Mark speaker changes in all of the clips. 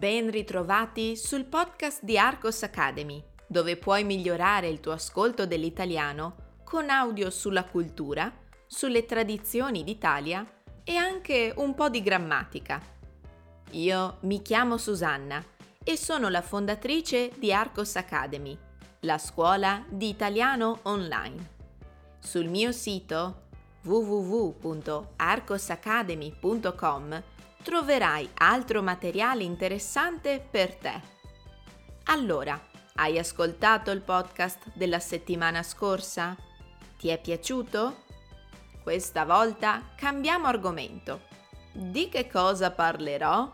Speaker 1: Ben ritrovati sul podcast di Arcos Academy, dove puoi migliorare il tuo ascolto dell'italiano con audio sulla cultura, sulle tradizioni d'Italia e anche un po' di grammatica. Io mi chiamo Susanna e sono la fondatrice di Arcos Academy, la scuola di italiano online. Sul mio sito www.arcosacademy.com troverai altro materiale interessante per te. Allora, hai ascoltato il podcast della settimana scorsa? Ti è piaciuto? Questa volta cambiamo argomento. Di che cosa parlerò?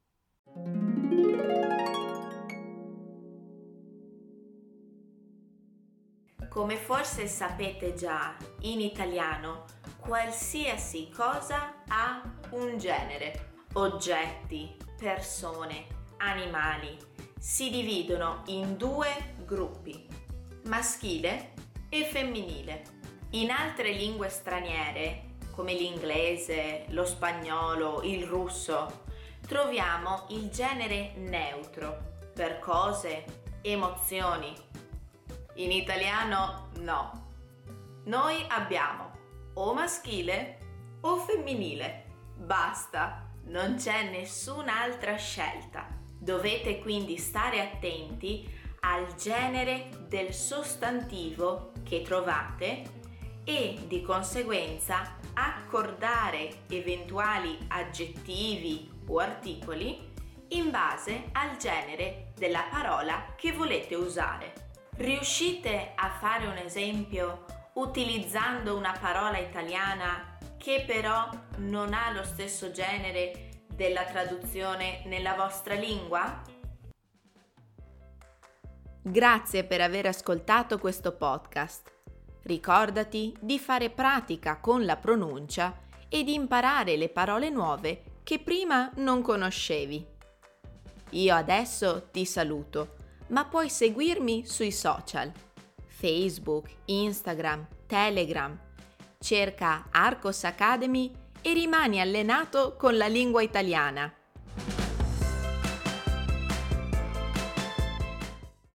Speaker 1: Come forse sapete già, in italiano qualsiasi cosa ha un genere. Oggetti, persone, animali si dividono in due gruppi, maschile e femminile. In altre lingue straniere, come l'inglese, lo spagnolo, il russo, troviamo il genere neutro per cose, emozioni. In italiano no. Noi abbiamo o maschile o femminile. Basta. Non c'è nessun'altra scelta. Dovete quindi stare attenti al genere del sostantivo che trovate e di conseguenza accordare eventuali aggettivi o articoli in base al genere della parola che volete usare. Riuscite a fare un esempio utilizzando una parola italiana che però non ha lo stesso genere della traduzione nella vostra lingua? Grazie per aver ascoltato questo podcast. Ricordati di fare pratica con la pronuncia e di imparare le parole nuove che prima non conoscevi. Io adesso ti saluto, ma puoi seguirmi sui social: Facebook, Instagram, Telegram. Cerca Arcos Academy e rimani allenato con la lingua italiana.